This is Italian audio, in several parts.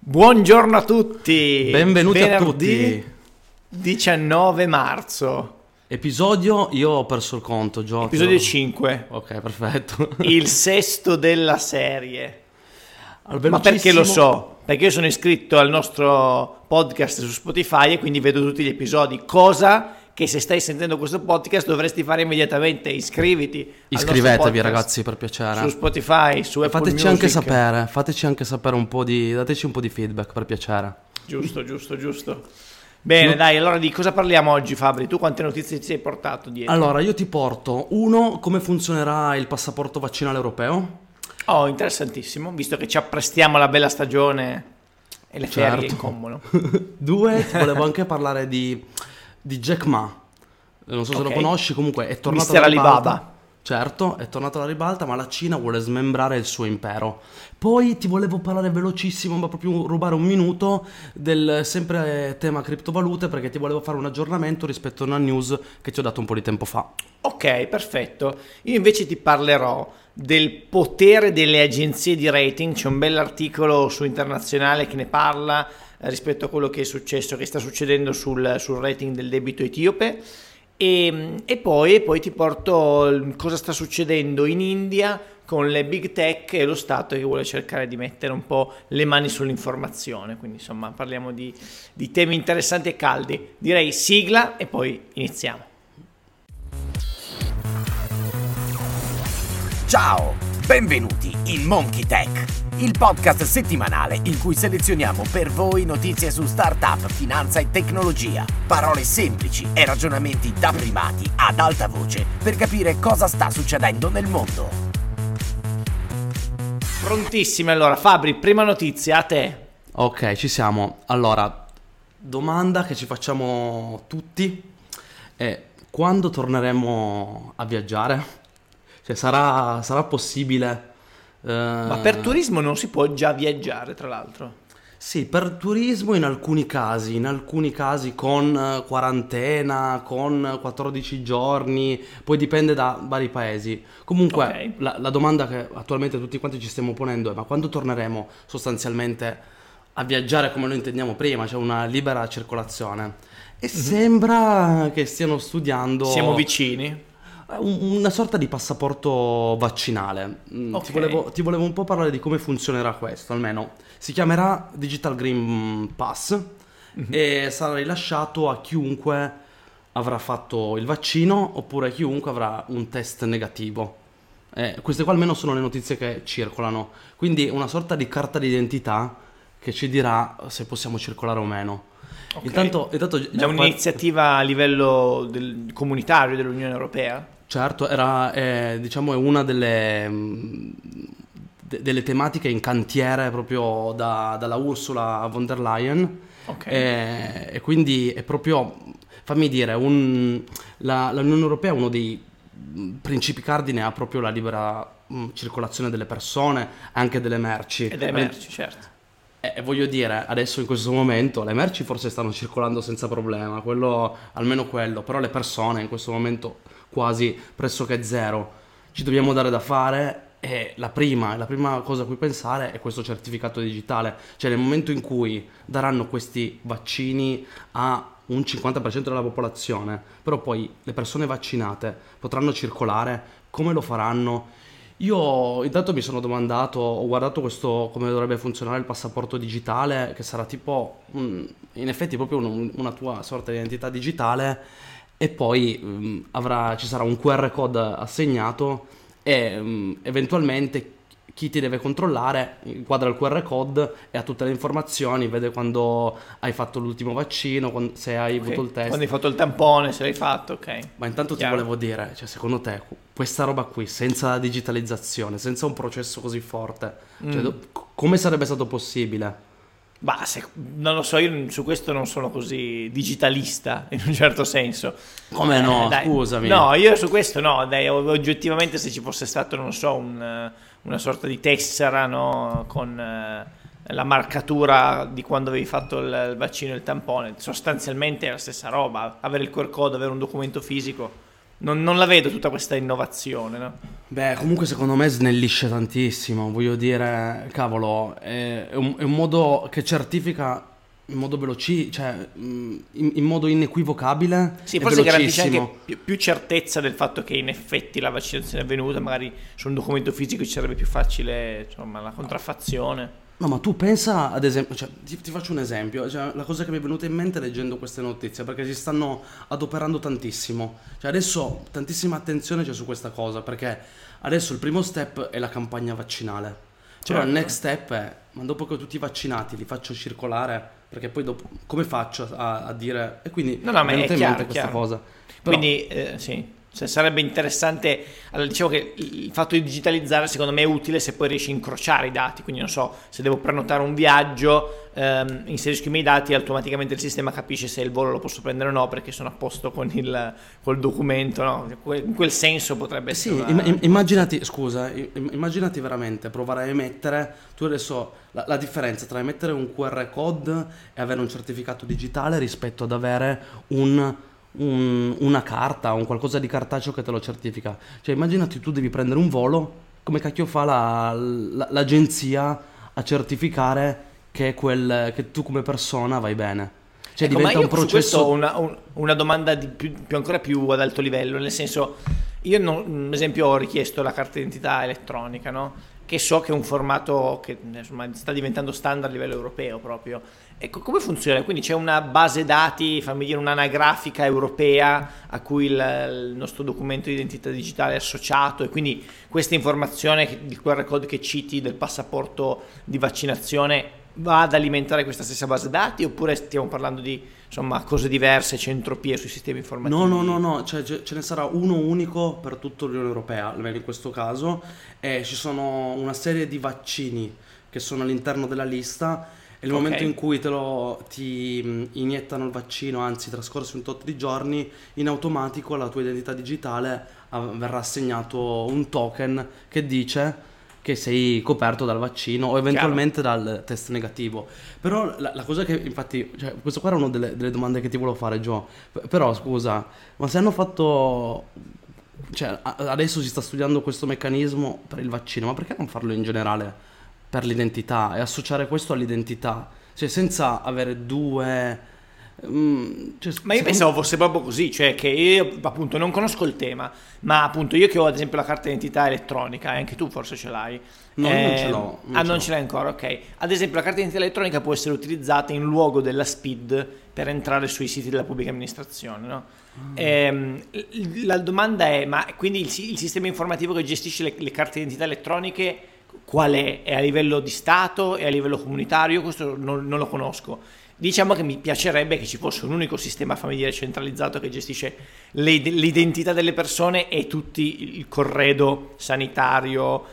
Buongiorno a tutti, Benvenuti a venerdì tutti. 19 marzo, Episodio, io ho perso il conto, Gio. episodio 5, Ok, perfetto. il sesto della serie. Al Ma perché lo velocissimo- so? Perché io sono iscritto al nostro podcast su Spotify e quindi vedo tutti gli episodi, cosa che se stai sentendo questo podcast dovresti fare immediatamente. Iscriviti al nostro Iscrivetevi podcast ragazzi, per piacere. su Spotify, su E Apple fateci anche Music. sapere, dateci un po' di feedback, per piacere. Giusto. Bene, No- dai, allora di cosa parliamo oggi, Fabri? Tu quante notizie ti sei portato dietro? Allora, io ti porto, uno, come funzionerà il passaporto vaccinale europeo. Oh, interessantissimo, visto che ci apprestiamo alla bella stagione e le ferie Certo. incombono. Due, ti volevo anche parlare di Jack Ma. Non so se lo Ok. conosci, comunque è tornato Mister alla ribalta. Alibaba. Certo, è tornato alla ribalta, ma la Cina vuole smembrare il suo impero. Poi ti volevo parlare velocissimo, ma proprio rubare un minuto del sempre tema criptovalute, perché ti volevo fare un aggiornamento rispetto a una news che ti ho dato un po' di tempo fa. Ok, perfetto. Io invece ti parlerò del potere delle agenzie di rating. C'è un bell'articolo su Internazionale che ne parla rispetto a quello che è successo, che sta succedendo sul rating del debito etiope. E poi ti porto cosa sta succedendo in India con le big tech e lo Stato che vuole cercare di mettere un po' le mani sull'informazione. Quindi insomma parliamo di temi interessanti e caldi. Direi sigla e poi iniziamo. Ciao, benvenuti in Monkey Tech, il podcast settimanale in cui selezioniamo per voi notizie su startup, finanza e tecnologia, parole semplici e ragionamenti da primati ad alta voce per capire cosa sta succedendo nel mondo. Prontissimi allora, Fabri, prima notizia a te. Ok, ci siamo. Allora, domanda che ci facciamo tutti è: quando torneremo a viaggiare? Cioè, sarà possibile? Ma per turismo non si può già viaggiare, tra l'altro. Sì, per turismo in alcuni casi con quarantena, con 14 giorni, poi dipende da vari paesi. Comunque, Ok. la domanda che attualmente tutti quanti ci stiamo ponendo è: ma quando torneremo sostanzialmente a viaggiare come lo intendiamo prima, cioè una libera circolazione? E sembra che stiano studiando Siamo vicini. una sorta di passaporto vaccinale. Ok. Ti volevo un po' parlare di come funzionerà questo, almeno. Si chiamerà Digital Green Pass e sarà rilasciato a chiunque avrà fatto il vaccino oppure a chiunque avrà un test negativo. Queste qua almeno sono le notizie che circolano. Quindi una sorta di carta d'identità che ci dirà se possiamo circolare o meno. Ok. Intanto È già un'iniziativa a livello comunitario dell'Unione Europea? certo, diciamo, è una delle tematiche in cantiere proprio dalla Ursula von der Leyen. Ok. E quindi è proprio, fammi dire, l'Unione Europea è uno dei principi cardine, ha proprio la libera circolazione delle persone, anche delle merci. E delle merci, certo. E voglio dire, adesso in questo momento le merci forse stanno circolando senza problema, almeno quello, però le persone in questo momento quasi pressoché zero. Ci dobbiamo dare da fare e la prima cosa a cui pensare è questo certificato digitale. Cioè nel momento in cui daranno questi vaccini a un 50% della popolazione, però poi le persone vaccinate potranno circolare, come lo faranno? Io intanto mi sono domandato, ho guardato questo come dovrebbe funzionare il passaporto digitale, che sarà tipo in effetti proprio una tua sorta di identità digitale, e poi ci sarà un QR code assegnato e eventualmente chi ti deve controllare inquadra il QR code e ha tutte le informazioni, vede quando hai fatto l'ultimo vaccino, se hai avuto il test. Quando hai fatto il tampone, se l'hai fatto, ok. Ma intanto Chiaro. ti volevo dire, cioè secondo te questa roba qui, senza la digitalizzazione, senza un processo così forte, cioè, come sarebbe stato possibile? Bah, non lo so, io su questo non sono così digitalista, in un certo senso. Come no? Dai. Scusami. No, io su questo no, dai, oggettivamente se ci fosse stato, non so, una sorta di tessera, no, con la marcatura di quando avevi fatto il vaccino e il tampone, sostanzialmente è la stessa roba. Avere il QR code, avere un documento fisico non la vedo tutta questa innovazione, no? Beh, comunque secondo me snellisce tantissimo, voglio dire, cavolo, è un modo che certifica in modo cioè in modo inequivocabile Sì, e forse garantisce velocissimo. anche più certezza del fatto che in effetti la vaccinazione è avvenuta, magari su un documento fisico ci sarebbe più facile, insomma, la contraffazione. No, ma tu pensa ad esempio, cioè, ti faccio un esempio, cioè, la cosa che mi è venuta in mente leggendo queste notizie, perché si stanno adoperando tantissimo, cioè adesso tantissima attenzione c'è su questa cosa, perché adesso il primo step è la campagna vaccinale, però il Certo. next step è, ma dopo che ho tutti vaccinati li faccio circolare, perché poi dopo, come faccio a dire, e quindi No, no, mi ma è è venuta in chiaro, mente questa chiaro. cosa. Però, Quindi sì, sarebbe interessante. Allora, dicevo che il fatto di digitalizzare secondo me è utile se poi riesci a incrociare i dati, quindi non so, se devo prenotare un viaggio, inserisco i miei dati e automaticamente il sistema capisce se il volo lo posso prendere o no perché sono a posto col documento, no? In quel senso potrebbe sì, essere una... immaginati, scusa, immaginati veramente provare a emettere, tu adesso la differenza tra emettere un QR code e avere un certificato digitale rispetto ad avere una carta, un qualcosa di cartaceo che te lo certifica. Cioè immaginati tu devi prendere un volo, come cacchio fa l'agenzia a certificare che tu come persona vai bene? Cioè Ecco, ma diventa io un su questo ho processo... una domanda ancora più ad alto livello, nel senso, io ad esempio ho richiesto la carta d'identità elettronica, no? Che so che è un formato che insomma, sta diventando standard a livello europeo proprio. Ecco, come funziona? Quindi c'è una base dati, fammi dire un'anagrafica europea a cui il nostro documento di identità digitale è associato e quindi questa informazione di QR code che citi del passaporto di vaccinazione va ad alimentare questa stessa base dati oppure stiamo parlando di insomma cose diverse, c'entropie sui sistemi informativi? No, cioè, ce ne sarà uno unico per tutta l'Unione Europea, almeno in questo caso, e ci sono una serie di vaccini che sono all'interno della lista e nel Ok. momento in cui ti iniettano il vaccino, anzi trascorsi un tot di giorni, in automatico alla tua identità digitale verrà assegnato un token che dice che sei coperto dal vaccino o eventualmente dal test negativo. Però la cosa che infatti, cioè, questo qua era una delle domande che ti volevo fare, Gio. Però scusa, ma se hanno fatto, cioè adesso si sta studiando questo meccanismo per il vaccino, ma perché non farlo in generale per l'identità e associare questo all'identità? Cioè senza avere due... cioè, Ma io pensavo fosse proprio così, cioè che io appunto non conosco il tema, ma appunto io che ho ad esempio la carta d'identità elettronica, e anche tu forse ce l'hai. No, io non ce l'ho, non ce non l'ho. ce l'hai ancora, ok. Ad esempio la carta d'identità elettronica può essere utilizzata in luogo della SPID per entrare sui siti della pubblica amministrazione, no? La domanda è, ma quindi il sistema informativo che gestisce le carte d'identità elettroniche qual è? È a livello di Stato? È a livello comunitario? Questo non lo conosco. Diciamo che mi piacerebbe che ci fosse un unico sistema familiare centralizzato che gestisce l'identità delle persone e tutti il corredo sanitario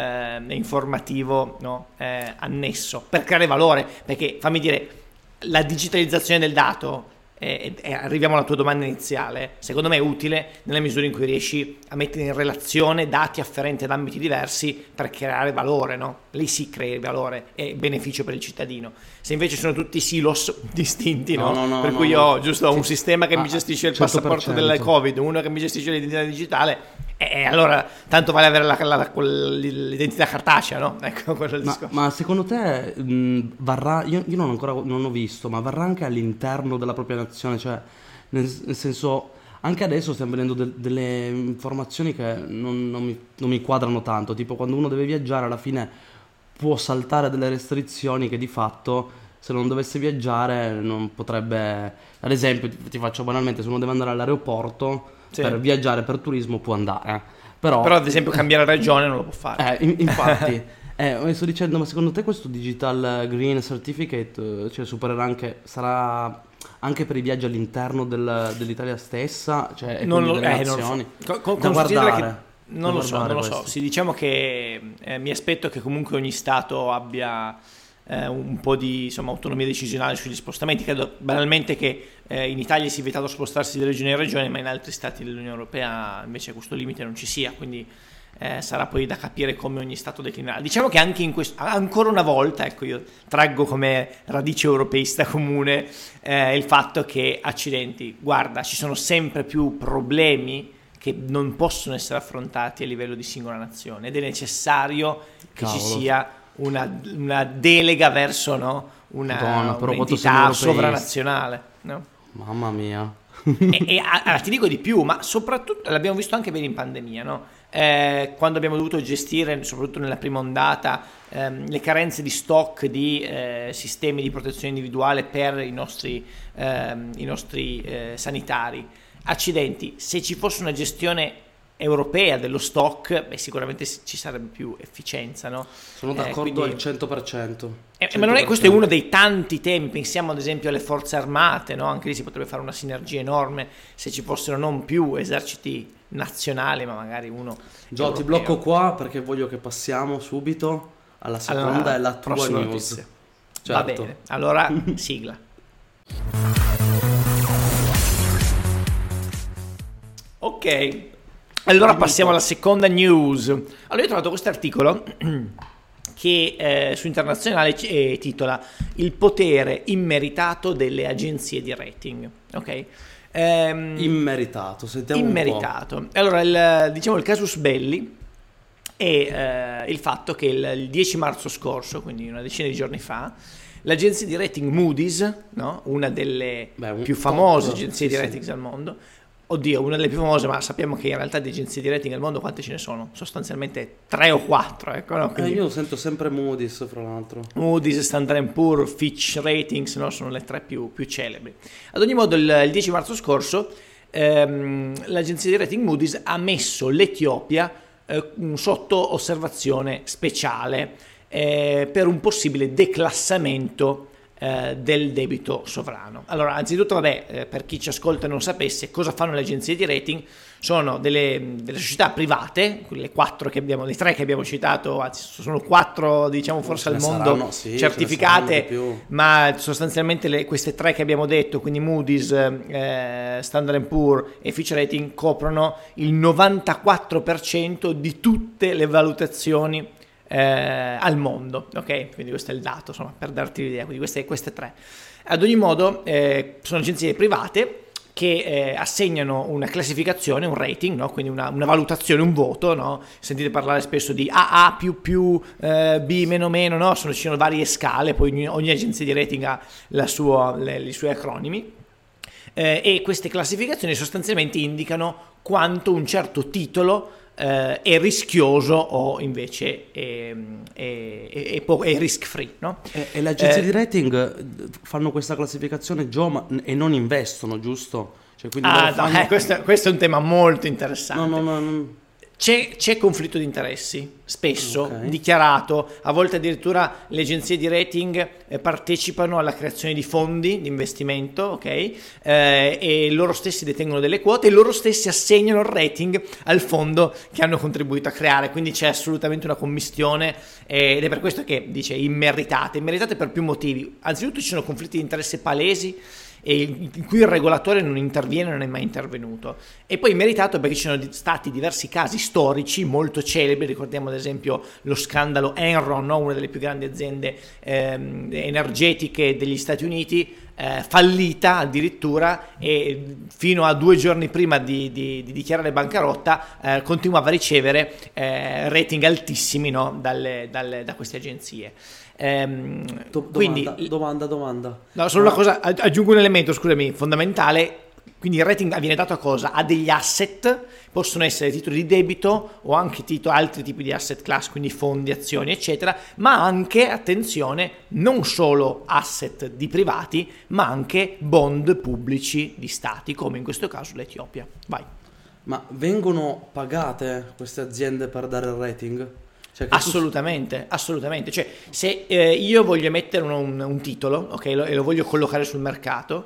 e informativo, no? Annesso per creare valore, perché fammi dire la digitalizzazione del dato arriviamo alla tua domanda iniziale, secondo me è utile nella misura in cui riesci a mettere in relazione dati afferenti ad ambiti diversi per creare valore, no? Lì sì crei valore e beneficio per il cittadino. Se invece sono tutti silos distinti, no? Per cui io ho giusto un sistema che mi gestisce il 100%. passaporto del Covid, uno che mi gestisce l'identità digitale, e allora tanto vale avere l'identità cartacea, no? Ecco quello è il discorso. Ma secondo te varrà, io non ho visto, ma varrà anche all'interno della propria nazione, cioè nel senso, anche adesso stiamo vedendo delle informazioni che non mi quadrano tanto, tipo quando uno deve viaggiare alla fine può saltare delle restrizioni che di fatto se non dovesse viaggiare non potrebbe, ad esempio ti faccio banalmente, se uno deve andare all'aeroporto Sì. per viaggiare per turismo può andare, Però ad esempio cambiare regione non lo può fare. infatti, sto dicendo, ma secondo te questo Digital Green Certificate, cioè supererà anche, sarà anche per i viaggi all'interno dell'Italia stessa, cioè e Non quindi lo, delle non lo so. nazioni? Considera Da guardare, che- non da lo so, guardare non lo so. questo. Sì, diciamo che mi aspetto che comunque ogni stato abbia un po' di insomma, autonomia decisionale sugli spostamenti. Credo banalmente che in Italia si è vietato spostarsi di regione in regione, ma in altri stati dell'Unione Europea invece questo limite non ci sia, quindi sarà poi da capire come ogni stato declinerà. Diciamo che anche in questo, ancora una volta, ecco, io traggo come radice europeista comune il fatto che, accidenti, guarda, ci sono sempre più problemi che non possono essere affrontati a livello di singola nazione, ed è necessario che ci sia una delega verso, no, un'entità sovranazionale, no? Mamma mia. Allora, ti dico di più, ma soprattutto l'abbiamo visto anche bene in pandemia, no? Quando abbiamo dovuto gestire, soprattutto nella prima ondata, le carenze di stock di sistemi di protezione individuale per i nostri sanitari. Accidenti, se ci fosse una gestione europea dello stock, sicuramente ci sarebbe più efficienza, no? Sono d'accordo al 100%. Ma non è, questo è uno dei tanti temi. Pensiamo ad esempio alle forze armate, no? Anche lì si potrebbe fare una sinergia enorme se ci fossero non più eserciti nazionali, ma magari uno Gio, europeo. ti blocco qua perché voglio che passiamo subito alla seconda e la tua news. Notizia. Certo. Va bene, allora sigla. Ok, allora passiamo alla seconda news. Allora, io ho trovato questo articolo che su Internazionale titola "Il potere immeritato delle agenzie di rating". Ok? Immeritato, sentiamo immeritato. Un po'. Allora, diciamo il casus belli è il fatto che il 10 marzo scorso, quindi una decina di giorni fa, l'agenzia di rating Moody's, no? Una delle più famose agenzie di rating al mondo, oddio, una delle più famose, ma sappiamo che in realtà di agenzie di rating al mondo quante ce ne sono? Sostanzialmente 3 o 4, ecco, no? Quindi io sento sempre Moody's, fra l'altro. Moody's, Standard & Poor's, Fitch Ratings, no? Sono le 3 più celebri. Ad ogni modo, il 10 marzo scorso l'agenzia di rating Moody's ha messo l'Etiopia sotto osservazione speciale per un possibile declassamento del debito sovrano. Allora, anzitutto, per chi ci ascolta e non sapesse cosa fanno le agenzie di rating, sono delle società private, le 4 che abbiamo, le 3 che abbiamo citato, anzi sono 4, diciamo, forse al mondo certificate, ma sostanzialmente queste 3 che abbiamo detto, quindi Moody's, Standard & Poor's e Fitch Rating, coprono il 94% di tutte le valutazioni al mondo, ok? Quindi questo è il dato, insomma, per darti l'idea. Quindi queste 3. Ad ogni modo, sono agenzie private che assegnano una classificazione, un rating, no? Quindi una valutazione, un voto, no? Sentite parlare spesso di AA++, B-, no? Ci sono varie scale, poi ogni agenzia di rating ha i suoi acronimi. E queste classificazioni sostanzialmente indicano quanto un certo titolo è rischioso o invece è risk free, no? E le agenzie di rating fanno questa classificazione, Gio, e non investono, giusto? Cioè, quindi questo è un tema molto interessante. No. C'è conflitto di interessi, spesso, dichiarato, a volte addirittura le agenzie di rating partecipano alla creazione di fondi di investimento, ok? E loro stessi detengono delle quote e loro stessi assegnano il rating al fondo che hanno contribuito a creare, quindi c'è assolutamente una commistione ed è per questo che dice immeritate per più motivi. Anzitutto ci sono conflitti di interesse palesi e in cui il regolatore non interviene, non è mai intervenuto, e poi meritato perché ci sono stati diversi casi storici molto celebri. Ricordiamo ad esempio lo scandalo Enron, no? Una delle più grandi aziende energetiche degli Stati Uniti, fallita addirittura, e fino a 2 giorni prima di dichiarare bancarotta continuava a ricevere rating altissimi, no? da queste agenzie. Domanda. No, solo una cosa, aggiungo un elemento, scusami, fondamentale. Quindi il rating viene dato a cosa? A degli asset, possono essere titoli di debito o anche altri tipi di asset class, quindi fondi, azioni, eccetera, ma anche, attenzione, non solo asset di privati, ma anche bond pubblici di stati, come in questo caso l'Etiopia. Vai. Ma vengono pagate queste aziende per dare il rating? Cioè assolutamente. Cioè, se io voglio emettere un titolo, ok, e lo voglio collocare sul mercato,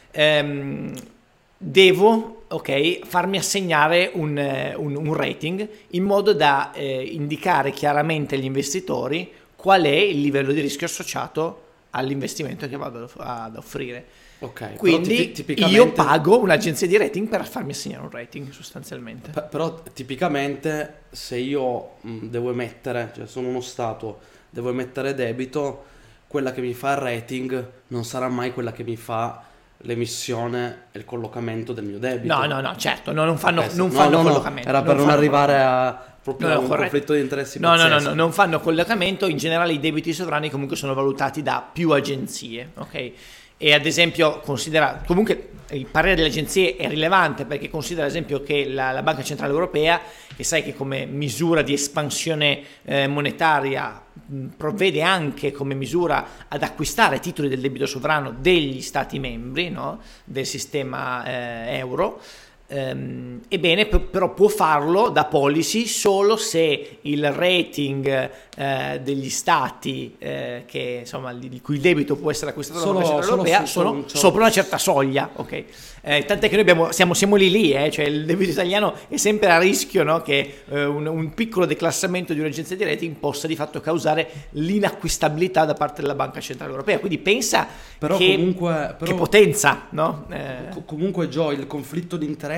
devo, farmi assegnare un rating in modo da indicare chiaramente agli investitori qual è il livello di rischio associato all'investimento che vado ad offrire. Quindi io pago un'agenzia di rating per farmi assegnare un rating, sostanzialmente. Però tipicamente se io devo emettere, cioè sono uno stato, devo emettere debito, quella che mi fa il rating non sarà mai quella che mi fa l'emissione e il collocamento del mio debito. No, certo, non fanno No, collocamento. era per non arrivare a proprio un corretto. conflitto di interessi No, pazzesco. non fanno collocamento. In generale i debiti sovrani comunque sono valutati da più agenzie, ok? E ad esempio considera, comunque il parere delle agenzie è rilevante, perché considera ad esempio che la Banca Centrale Europea, che sai che come misura di espansione monetaria provvede anche come misura ad acquistare titoli del debito sovrano degli stati membri, no? Del sistema euro. Ebbene, però può farlo da policy solo se il rating degli stati che insomma di cui il debito può essere acquistato dalla Banca Centrale Europea sono sopra una certa soglia, ok? Tant'è che noi siamo lì, cioè il debito italiano è sempre a rischio, no? Che un piccolo declassamento di un'agenzia di rating possa di fatto causare l'inacquistabilità da parte della Banca Centrale Europea. Quindi pensa che potenza, no? Comunque Gio, il conflitto di interessi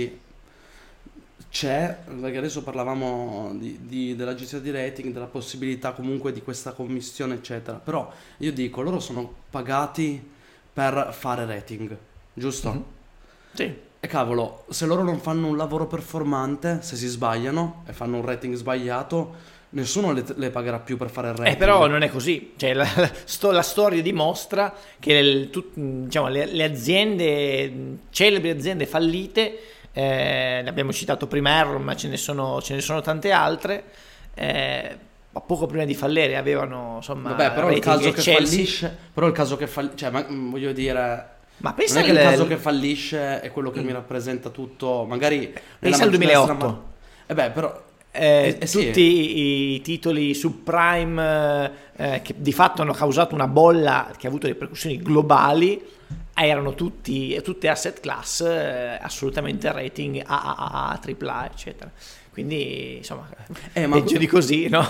c'è, perché adesso parlavamo dell'agenzia di rating, della possibilità comunque di questa commissione eccetera, però io dico, loro sono pagati per fare rating, giusto? Mm-hmm. Sì. E cavolo, se loro non fanno un lavoro performante, se si sbagliano e fanno un rating sbagliato, nessuno le pagherà più per fare il rating. Però non è così, cioè la storia dimostra che diciamo, le aziende, celebri aziende fallite, ne abbiamo citato prima Enron, ma ce ne sono tante altre, ma poco prima di fallire avevano insomma però il caso eccelsi. che fallisce, cioè voglio dire, ma pensa non è che il caso che fallisce è quello che mi rappresenta tutto, magari pensa al 2008. Però tutti i titoli subprime che di fatto hanno causato una bolla che ha avuto ripercussioni globali erano tutte asset class assolutamente rating AAA, AAA eccetera, quindi insomma peggio di così, no?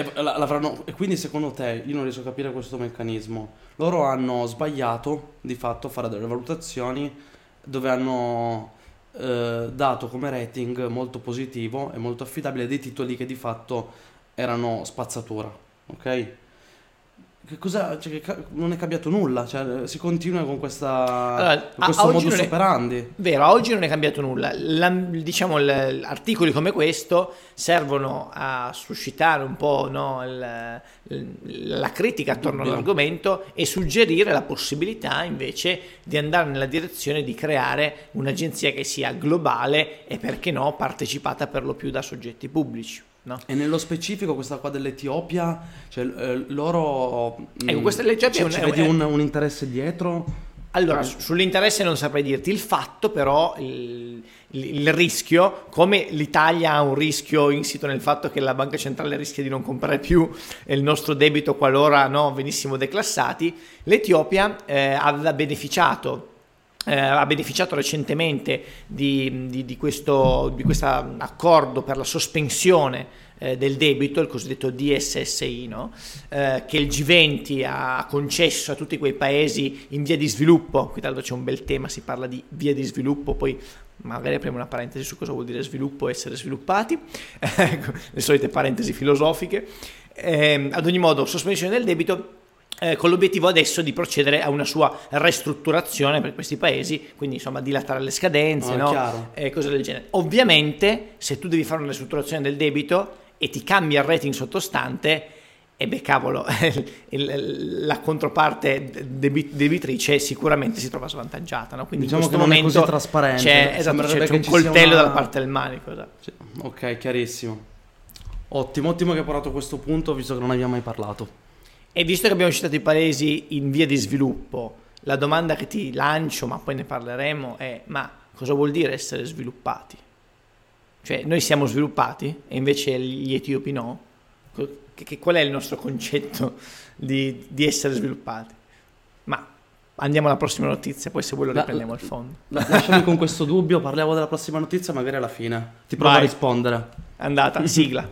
E quindi secondo te, io non riesco a capire questo meccanismo, loro hanno sbagliato di fatto a fare delle valutazioni dove hanno dato come rating molto positivo e molto affidabile dei titoli che di fatto erano spazzatura, ok? Che cosa, cioè, non è cambiato nulla, cioè, si continua con questo modus operandi. Vero, oggi non è cambiato nulla. Diciamo, articoli come questo servono a suscitare un po', no, la critica attorno all'argomento e suggerire la possibilità invece di andare nella direzione di creare un'agenzia che sia globale e, perché no, partecipata per lo più da soggetti pubblici. No. E nello specifico questa qua dell'Etiopia, cioè loro questa dell'Etiopia vedi un interesse dietro? Allora, sull'interesse non saprei dirti, il fatto però, il rischio, come l'Italia ha un rischio insito nel fatto che la Banca Centrale rischia di non comprare più il nostro debito qualora venissimo declassati, l'Etiopia ha beneficiato recentemente di questo accordo per la sospensione del debito, il cosiddetto DSSI, no? Che il G20 ha concesso a tutti quei paesi in via di sviluppo. Qui tra l'altro c'è un bel tema, si parla di via di sviluppo, poi magari apriamo una parentesi su cosa vuol dire sviluppo e essere sviluppati, le solite parentesi filosofiche. Ad ogni modo, sospensione del debito, con l'obiettivo adesso di procedere a una sua ristrutturazione per questi paesi, quindi insomma dilatare le scadenze, no? E cose del genere. Ovviamente se tu devi fare una ristrutturazione del debito e ti cambia il rating sottostante, cavolo, la controparte debitrice sicuramente si trova svantaggiata, no? Quindi diciamo in questo momento non è così trasparente, c'è un coltello dalla parte del manico. Ok, chiarissimo. Ottimo che hai portato a questo punto, visto che non abbiamo mai parlato. E visto che abbiamo citato i paesi in via di sviluppo, la domanda che ti lancio, ma poi ne parleremo, è: ma cosa vuol dire essere sviluppati? Cioè, noi siamo sviluppati e invece gli etiopi no? Qual è il nostro concetto di essere sviluppati? Ma andiamo alla prossima notizia, poi se vuoi lo riprendiamo al fondo. Lasciami con questo dubbio, parliamo della prossima notizia magari alla fine. Ti provo a rispondere. Andata, sigla.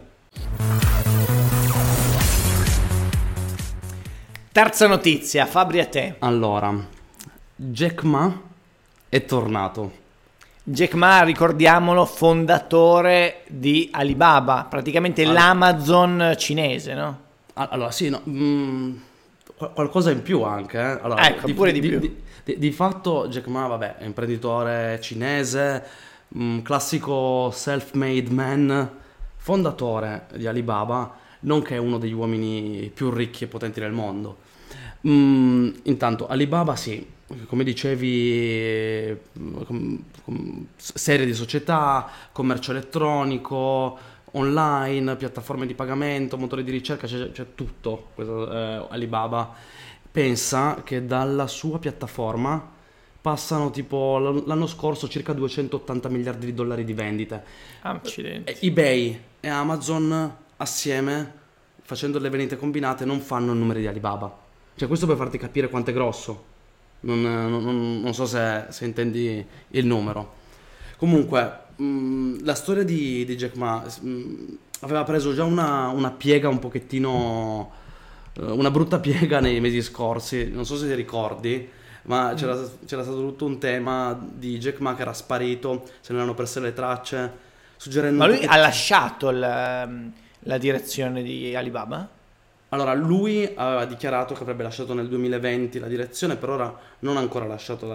Terza notizia, Fabri, a te. Allora, Jack Ma è tornato. Jack Ma, ricordiamolo, fondatore di Alibaba, praticamente l'Amazon cinese, no? Allora, sì, no. qualcosa in più anche. Allora, Ecco, pure di più. Di fatto Jack Ma, vabbè, è imprenditore cinese, classico self-made man, fondatore di Alibaba, nonché uno degli uomini più ricchi e potenti del mondo. Intanto Alibaba, sì, come dicevi, serie di società, commercio elettronico, online, piattaforme di pagamento, motori di ricerca, c'è tutto. Alibaba pensa che dalla sua piattaforma passano tipo l'anno scorso circa 280 miliardi di dollari di vendite. Accidenti. eBay e Amazon assieme, facendo le vendite combinate, non fanno i numeri di Alibaba. Cioè, questo per farti capire quanto è grosso. Non so se intendi il numero. Comunque, la storia di Jack Ma aveva preso già una piega un pochettino, una brutta piega nei mesi scorsi. Non so se ti ricordi, ma c'era stato tutto un tema di Jack Ma che era sparito, se ne erano perse le tracce, suggerendo... Ma lui ha lasciato la direzione di Alibaba? Allora, lui aveva dichiarato che avrebbe lasciato nel 2020 la direzione, per ora non ha ancora lasciato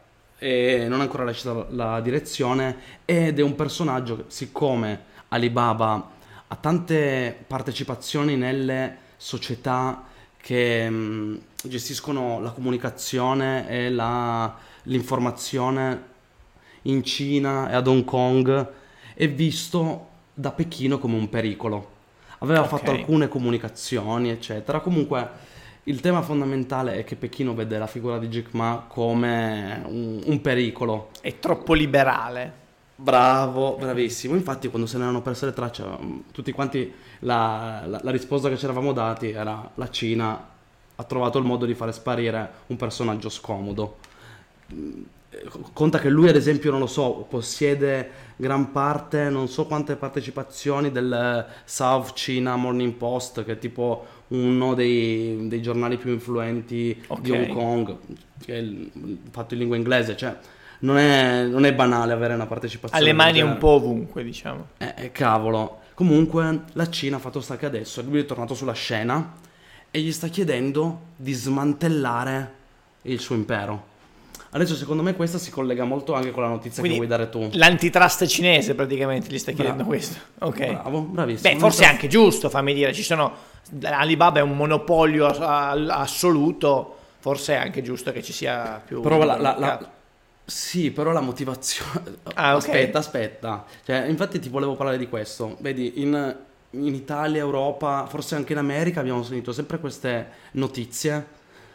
la direzione, ed è un personaggio che, siccome Alibaba ha tante partecipazioni nelle società che gestiscono la comunicazione e l'informazione in Cina e ad Hong Kong, è visto da Pechino come un pericolo. Aveva fatto alcune comunicazioni, eccetera. Comunque, il tema fondamentale è che Pechino vede la figura di Jack Ma come un pericolo. È troppo liberale. Bravo, bravissimo. Infatti, quando se ne erano perse le tracce, tutti quanti la risposta che ci eravamo dati era: la Cina ha trovato il modo di fare sparire un personaggio scomodo. Conta che lui, ad esempio, non lo so, possiede gran parte, non so quante partecipazioni del South China Morning Post, che è tipo uno dei giornali più influenti di Hong Kong, che è fatto in lingua inglese. Cioè, non è banale avere una partecipazione alle mani un po' ovunque, diciamo. Cavolo. Comunque la Cina ha fatto sta che adesso lui è tornato sulla scena e gli sta chiedendo di smantellare il suo impero. Adesso secondo me questa si collega molto anche con la notizia Quindi, che vuoi dare tu. L'antitrust cinese praticamente gli sta chiedendo questo. Ok. Bravo, bravissimo. Beh, forse è anche giusto, fammi dire, Alibaba è un monopolio assoluto, forse è anche giusto che ci sia più... Però sì, però la motivazione... Aspetta. Cioè, infatti ti volevo parlare di questo. Vedi, in Italia, Europa, forse anche in America abbiamo sentito sempre queste notizie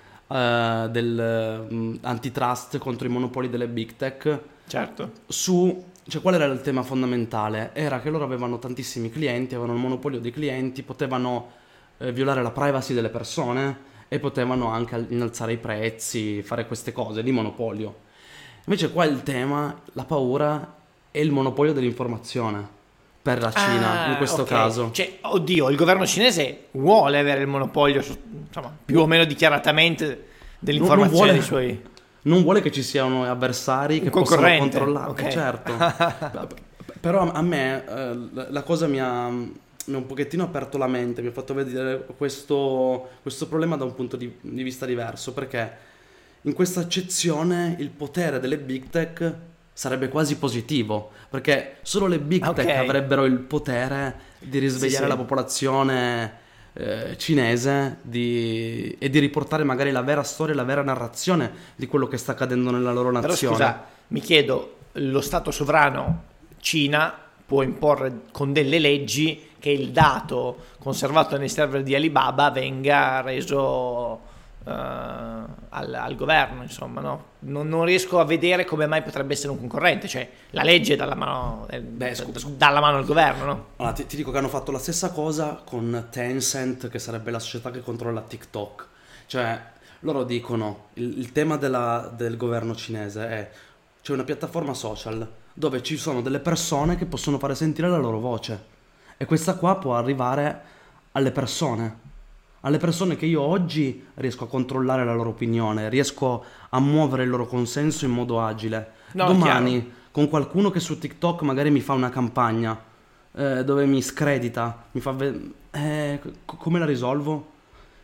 del antitrust contro i monopoli delle big tech. Certo. Cioè, qual era il tema fondamentale? Era che loro avevano tantissimi clienti, avevano il monopolio dei clienti, potevano violare la privacy delle persone e potevano anche innalzare i prezzi, fare queste cose di monopolio. Invece qua il tema, la paura, è il monopolio dell'informazione per la Cina, in questo caso. Cioè, oddio, il governo cinese vuole avere il monopolio, insomma, più o meno dichiaratamente, dell'informazione dei suoi... Non vuole che ci siano avversari che possano controllare, certo. Però a me la cosa mi ha un pochettino aperto la mente, mi ha fatto vedere questo problema da un punto di vista diverso, perché in questa accezione il potere delle big tech sarebbe quasi positivo, perché solo le big tech avrebbero il potere di risvegliare la popolazione cinese e di riportare magari la vera storia, la vera narrazione di quello che sta accadendo nella loro nazione. Però scusa, mi chiedo, lo Stato sovrano Cina può imporre con delle leggi che il dato conservato nei server di Alibaba venga reso al governo, insomma, no? Non riesco a vedere come mai potrebbe essere un concorrente, cioè la legge è dalla mano al governo, no? Allora, ti dico che hanno fatto la stessa cosa con Tencent, che sarebbe la società che controlla TikTok. Cioè, loro dicono, il tema del governo cinese è: c'è una piattaforma social dove ci sono delle persone che possono fare sentire la loro voce, e questa qua può arrivare alle persone che io oggi riesco a controllare la loro opinione, riesco a muovere il loro consenso in modo agile. Domani, con qualcuno che su TikTok magari mi fa una campagna dove mi scredita, mi fa come la risolvo?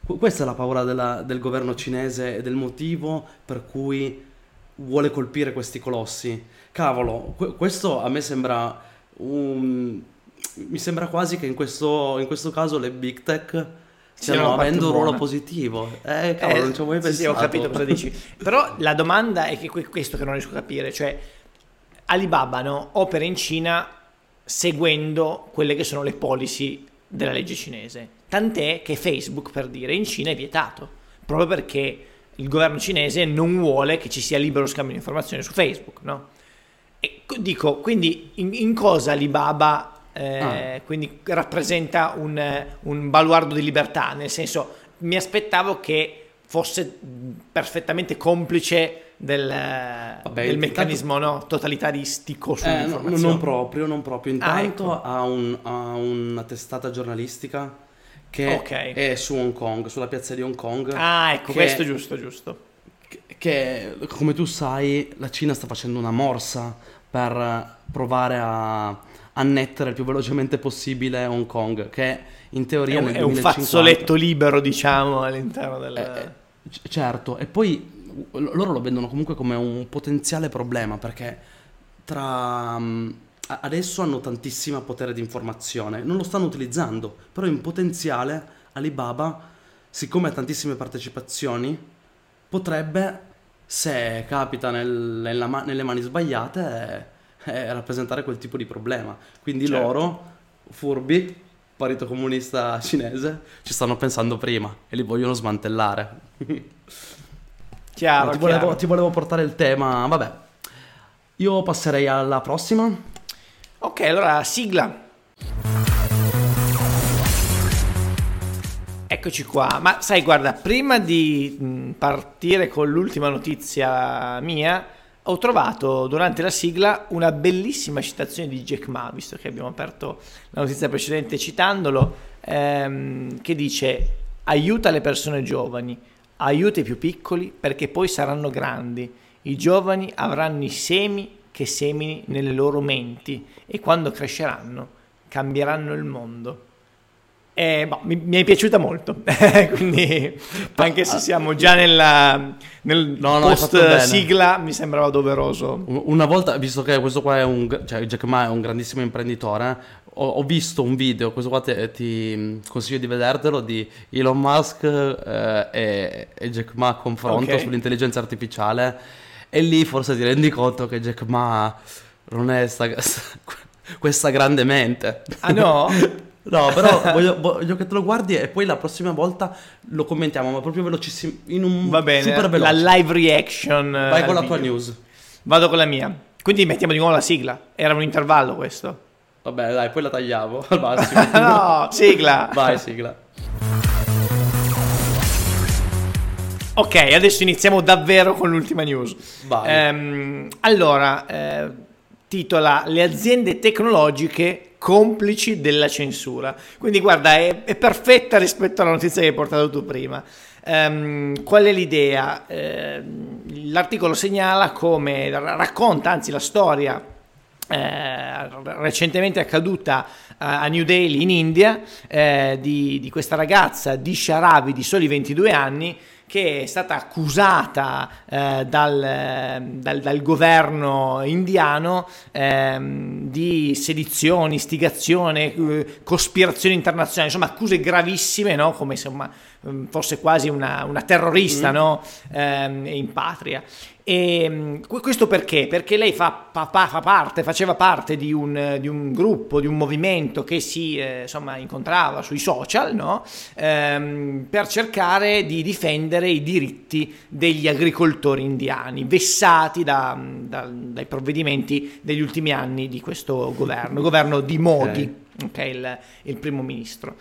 Questa è la paura del governo cinese e del motivo per cui vuole colpire questi colossi. Cavolo, questo a me sembra mi sembra quasi che in questo caso le big tech stiano avendo un ruolo positivo. Cavolo, non ci ho mai pensato. Sì, ho capito cosa dici. Però la domanda è che questo che non riesco a capire, cioè Alibaba, no, opera in Cina seguendo quelle che sono le policy della legge cinese. Tant'è che Facebook, per dire, in Cina è vietato, proprio perché il governo cinese non vuole che ci sia libero scambio di informazioni su Facebook, no? E dico, quindi in cosa Alibaba quindi rappresenta un baluardo di libertà? Nel senso, mi aspettavo che fosse perfettamente complice del meccanismo totalitaristico sull'informazione. Non proprio. Intanto ecco. ha una testata giornalistica che è su Hong Kong, sulla piazza di Hong Kong. Ecco, questo giusto. Che, come tu sai, la Cina sta facendo una morsa per provare a annettere il più velocemente possibile Hong Kong, che in teoria nel 2050 è un fazzoletto libero, diciamo, all'interno del... Certo, e poi loro lo vedono comunque come un potenziale problema, perché adesso hanno tantissimo potere di informazione, non lo stanno utilizzando, però in potenziale Alibaba, siccome ha tantissime partecipazioni, potrebbe, se capita nelle mani sbagliate, rappresentare quel tipo di problema. Quindi certo. Loro, furbi, partito comunista cinese, ci stanno pensando prima e li vogliono smantellare. Chiaro. Ti volevo portare il tema, vabbè. Io passerei alla prossima. Ok, allora sigla. Eccoci qua. Ma sai, guarda, prima di partire con l'ultima notizia mia, ho trovato durante la sigla una bellissima citazione di Jack Ma, visto che abbiamo aperto la notizia precedente citandolo, che dice: aiuta le persone giovani, aiuta i più piccoli perché poi saranno grandi. I giovani avranno i semi che semini nelle loro menti e quando cresceranno cambieranno il mondo. Mi è piaciuta molto, quindi anche se siamo già nel post sigla, mi sembrava doveroso. Una volta, visto che questo qua cioè Jack Ma è un grandissimo imprenditore, ho visto un video, questo qua ti consiglio di vedertelo, di Elon Musk e Jack Ma a confronto sull'intelligenza artificiale, e lì forse ti rendi conto che Jack Ma non è questa grande mente. Ah no? No, però voglio che te lo guardi e poi la prossima volta lo commentiamo, ma proprio velocissimo, va bene, super veloce. La live reaction. Vai con la tua news. Vado con la mia. Quindi mettiamo di nuovo la sigla. Era un intervallo questo. Vabbè, dai, poi la tagliamo al massimo. No, sigla. Vai, sigla. Ok, adesso iniziamo davvero con l'ultima news. Vai. Allora, titola: le aziende tecnologiche complici della censura. Quindi guarda, è perfetta rispetto alla notizia che hai portato tu prima. Qual è l'idea? L'articolo segnala come, racconta anzi la storia recentemente accaduta a New Delhi in India, di questa ragazza Disha Ravi di soli 22 anni, che è stata accusata dal governo indiano di sedizione, istigazione, cospirazione internazionale, insomma accuse gravissime, no? Come se fosse quasi una terrorista, no? In patria. E questo perché? Perché lei faceva parte di un gruppo, di un movimento che si incontrava sui social, no? Per cercare di difendere i diritti degli agricoltori indiani, vessati dai provvedimenti degli ultimi anni di questo governo di Modi, il primo ministro.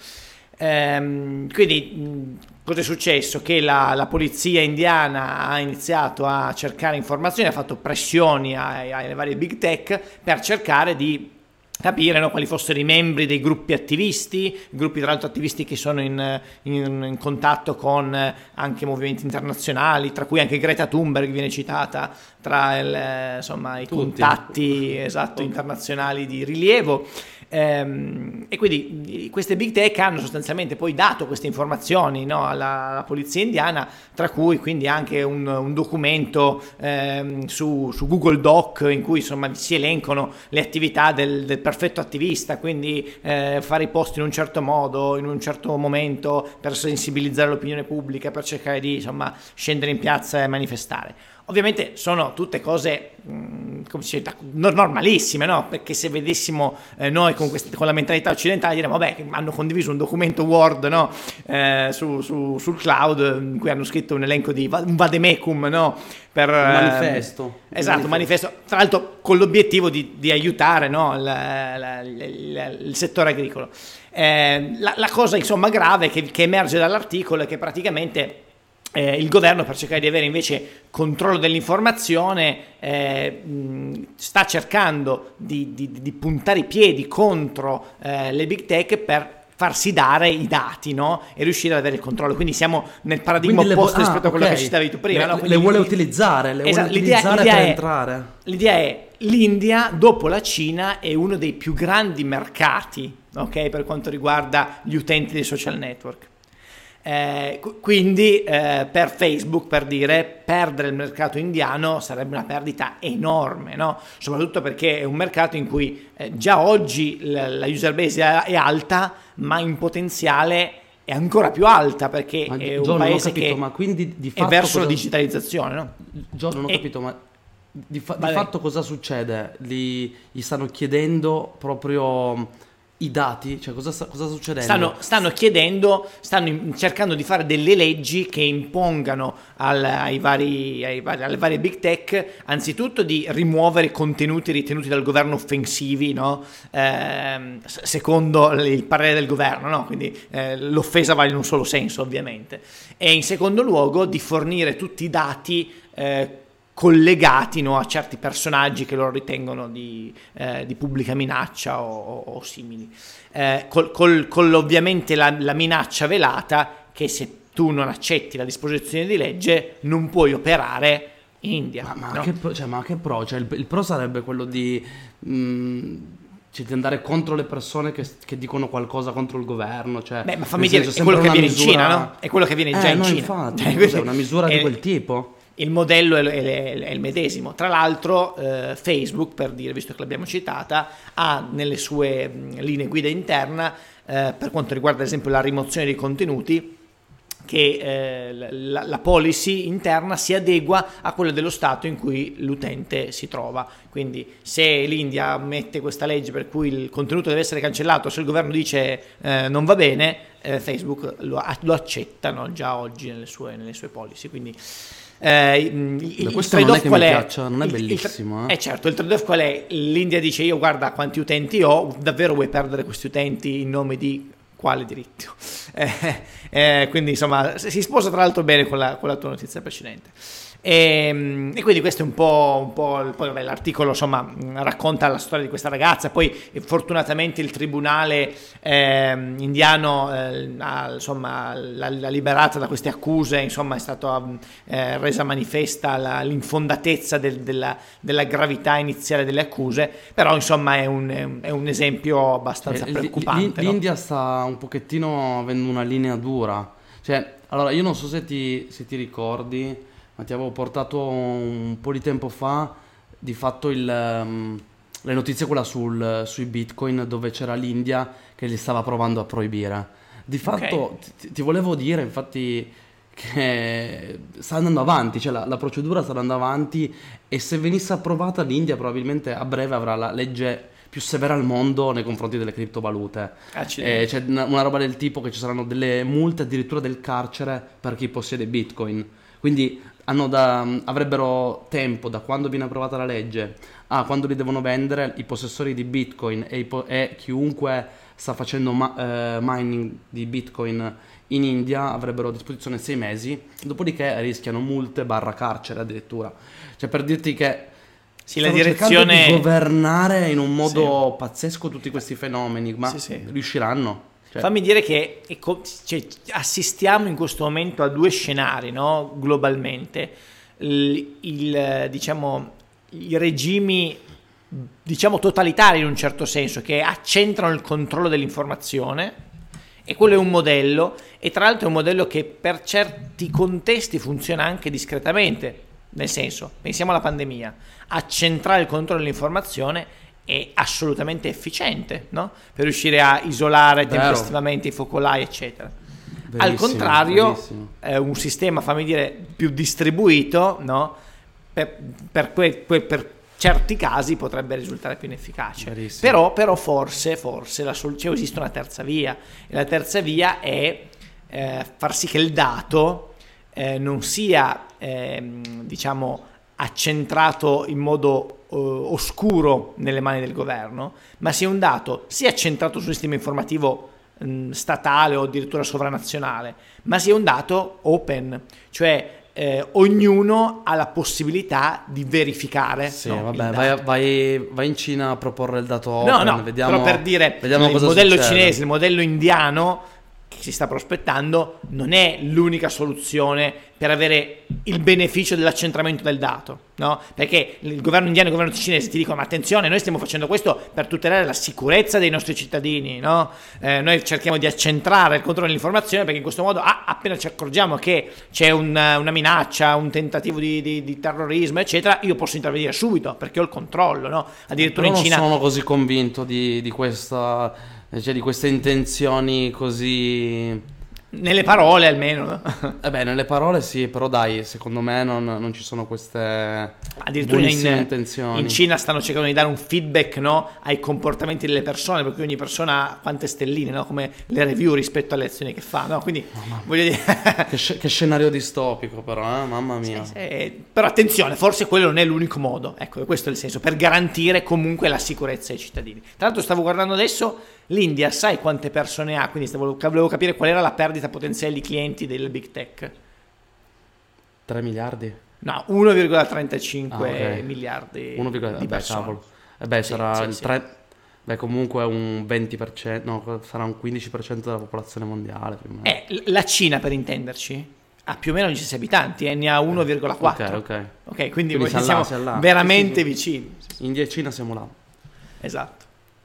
Quindi cosa è successo? Che la polizia indiana ha iniziato a cercare informazioni, ha fatto pressioni alle varie big tech per cercare di capire, no, quali fossero i membri dei gruppi attivisti, gruppi tra l'altro attivisti che sono in contatto con anche movimenti internazionali, tra cui anche Greta Thunberg viene citata tra i contatti internazionali di rilievo. E quindi queste big tech hanno sostanzialmente poi dato queste informazioni, no, alla polizia indiana, tra cui quindi anche un documento su Google Doc in cui insomma si elencano le attività del perfetto attivista, quindi fare i post in un certo modo, in un certo momento, per sensibilizzare l'opinione pubblica, per cercare di insomma scendere in piazza e manifestare. Ovviamente sono tutte cose come si dice, normalissime, no? Perché se vedessimo noi con la mentalità occidentale diremmo vabbè, che hanno condiviso un documento Word, no? Sul cloud in cui hanno scritto un elenco di un vademecum, no? Per un manifesto. Esatto, un manifesto, tra l'altro con l'obiettivo di aiutare, no? il settore agricolo. La cosa insomma grave che emerge dall'articolo è che praticamente il governo, per cercare di avere invece controllo dell'informazione, sta cercando di puntare i piedi contro le big tech per farsi dare i dati, no? E riuscire ad avere il controllo. Quindi siamo nel paradigma opposto rispetto a quello che citavi tu prima. No? Le vuole utilizzare, per entrare. L'idea è l'India, dopo la Cina, è uno dei più grandi mercati, ok, per quanto riguarda gli utenti dei social network. Quindi per Facebook, per dire, perdere il mercato indiano sarebbe una perdita enorme, no? Soprattutto perché è un mercato in cui già oggi la user base è alta, ma in potenziale è ancora più alta, perché è un paese che ma quindi di fatto è verso la digitalizzazione, no? Giorgio, non ho capito, ma di fatto cosa succede? Gli stanno chiedendo proprio i dati, cioè cosa sta succedendo? Stanno cercando di fare delle leggi che impongano alle varie big tech anzitutto di rimuovere contenuti ritenuti dal governo offensivi, no? Secondo il parere del governo, no? Quindi l'offesa va in un solo senso, ovviamente, e in secondo luogo di fornire tutti i dati collegati, no, a certi personaggi che loro ritengono di pubblica minaccia o simili, con ovviamente la minaccia velata che se tu non accetti la disposizione di legge non puoi operare in India. Ma no? che pro? Cioè, il pro sarebbe quello di andare contro le persone che dicono qualcosa contro il governo. Cioè, ma fammi dire, è quello che avviene in Cina, no? È quello che avviene già in Cina. Infatti, è una misura di quel tipo. Il modello è il medesimo. Tra l'altro Facebook, per dire, visto che l'abbiamo citata, ha nelle sue linee guida interna, per quanto riguarda ad esempio la rimozione dei contenuti, che la policy interna si adegua a quella dello stato in cui l'utente si trova. Quindi se l'India mette questa legge per cui il contenuto deve essere cancellato, se il governo dice non va bene, Facebook lo accetta, no? Già oggi nelle sue policy. Quindi questo non è che mi piaccia, non è bellissimo. Certo, il trade-off qual è? L'India dice io guarda quanti utenti ho, davvero vuoi perdere questi utenti in nome di quale diritto? Quindi insomma si sposa tra l'altro bene con la tua notizia precedente. E quindi questo è un po' poi vabbè, l'articolo insomma racconta la storia di questa ragazza. Poi fortunatamente il tribunale indiano l'ha liberata da queste accuse, insomma è stata resa manifesta l'infondatezza della gravità iniziale delle accuse, però insomma è un esempio abbastanza preoccupante. L'India sta un pochettino avendo una linea dura, cioè allora io non so se ti ricordi, ma ti avevo portato un po' di tempo fa di fatto le notizie quella sui bitcoin, dove c'era l'India che li stava provando a proibire. Di fatto ti volevo dire infatti che sta andando avanti, cioè la procedura sta andando avanti, e se venisse approvata l'India probabilmente a breve avrà la legge più severa al mondo nei confronti delle criptovalute. C'è una roba del tipo che ci saranno delle multe, addirittura del carcere per chi possiede bitcoin. Quindi avrebbero tempo da quando viene approvata la legge a quando li devono vendere i possessori di bitcoin e chiunque sta facendo mining di bitcoin in India avrebbero a disposizione 6 mesi, dopodiché rischiano multe / carcere addirittura. Cioè, per dirti che la direzione di governare in un modo pazzesco tutti questi fenomeni, ma riusciranno? Cioè. Fammi dire che assistiamo in questo momento a due scenari, no? Globalmente. I regimi diciamo totalitari in un certo senso, che accentrano il controllo dell'informazione, e quello è un modello, e tra l'altro è un modello che per certi contesti funziona anche discretamente, nel senso, pensiamo alla pandemia, accentrare il controllo dell'informazione è assolutamente efficiente, no? Per riuscire a isolare tempestivamente i focolai, eccetera. Verissimo, Al contrario, verissimo. un sistema, fammi dire, più distribuito, no? Per certi casi potrebbe risultare più inefficace. Verissimo. Però forse esiste una terza via, e la terza via è far sì che il dato non sia diciamo accentrato in modo oscuro nelle mani del governo, ma sia un dato sia accentrato sul sistema informativo statale o addirittura sovranazionale, ma sia un dato open, cioè ognuno ha la possibilità di verificare. Sì, no, vabbè, vai in Cina a proporre il dato open, no, vediamo, però per dire, vediamo il cosa modello succede. cinese, il modello indiano che si sta prospettando non è l'unica soluzione per avere il beneficio dell'accentramento del dato, no? Perché il governo indiano e il governo cinese ti dicono: ma attenzione, noi stiamo facendo questo per tutelare la sicurezza dei nostri cittadini, no? Noi cerchiamo di accentrare il controllo dell'informazione, perché in questo modo appena ci accorgiamo che c'è una minaccia, un tentativo di terrorismo, eccetera, io posso intervenire subito perché ho il controllo, no? Addirittura Però in Cina non sono così convinto di questa, cioè di queste intenzioni così. nelle parole almeno, no? Nelle parole sì, però dai, secondo me non ci sono queste Addirittura buonissime intenzioni. in Cina stanno cercando di dare un feedback, no, ai comportamenti delle persone, perché ogni persona ha quante stelline, no, come le review rispetto alle azioni che fa, no? Quindi voglio dire Che scenario distopico però, mamma mia. però attenzione, forse quello non è l'unico modo, ecco, questo è il senso, per garantire comunque la sicurezza ai cittadini. Tra l'altro stavo guardando adesso l'India, sai quante persone ha? Quindi volevo capire qual era la perdita potenziale di clienti del big tech. 3 miliardi? No, 1,35 ok. miliardi 1, di vabbè, persone. cavolo. Sì, Sarà sì, il sì. 3. Beh, comunque un 20%, no, sarà un 15% della popolazione mondiale più o meno. La Cina, per intenderci, ha più o meno gli stessi abitanti, ne ha 1,4. Ok. Quindi siamo siamo là. veramente Sì. vicini. India e Cina siamo là. Esatto.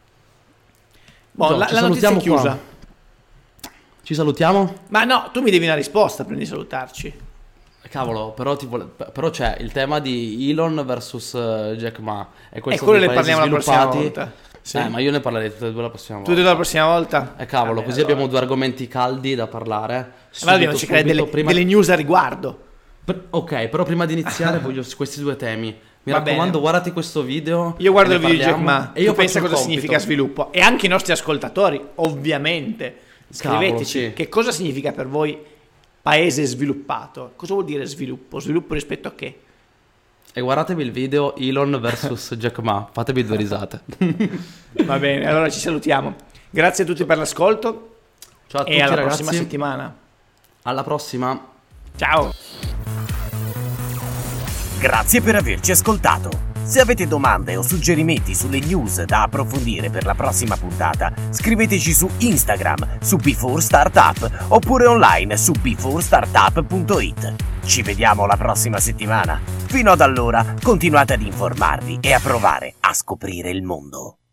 Boh, Gio, la ci notizia è salutiamo chiusa. qua. Ci salutiamo? Ma no, tu mi devi una risposta prima di salutarci. Cavolo, però c'è il tema di Elon versus Jack Ma. E questo quello dei ne paesi parliamo la prossima sviluppati. volta. Sì. Ma io ne parlerei tutte e due la prossima volta. Tu la prossima volta? Cavolo, Vabbè, così allora. abbiamo due argomenti caldi da parlare. Ma dobbiamo cercare delle news a riguardo. Ok, però prima di iniziare voglio questi due temi. Mi Va raccomando, bene. guardati questo video. Io guardo ne il video di Jack parliamo, Ma e io tu pensa faccio il cosa compito. significa sviluppo. E anche i nostri ascoltatori, ovviamente. Scriveteci Cavolo, sì. che cosa significa per voi paese sviluppato. Cosa vuol dire sviluppo? Sviluppo rispetto a che? E guardatevi il video Elon versus Jack Ma. Fatevi due risate. Va bene, allora ci salutiamo. Grazie a tutti per l'ascolto. Ciao a tutti E alla ragazzi. prossima settimana. Alla prossima. Ciao. Grazie per averci ascoltato. Se avete domande o suggerimenti sulle news da approfondire per la prossima puntata, scriveteci su Instagram, su Before Startup, oppure online su beforestartup.it. Ci vediamo la prossima settimana. Fino ad allora, continuate ad informarvi e a provare a scoprire il mondo.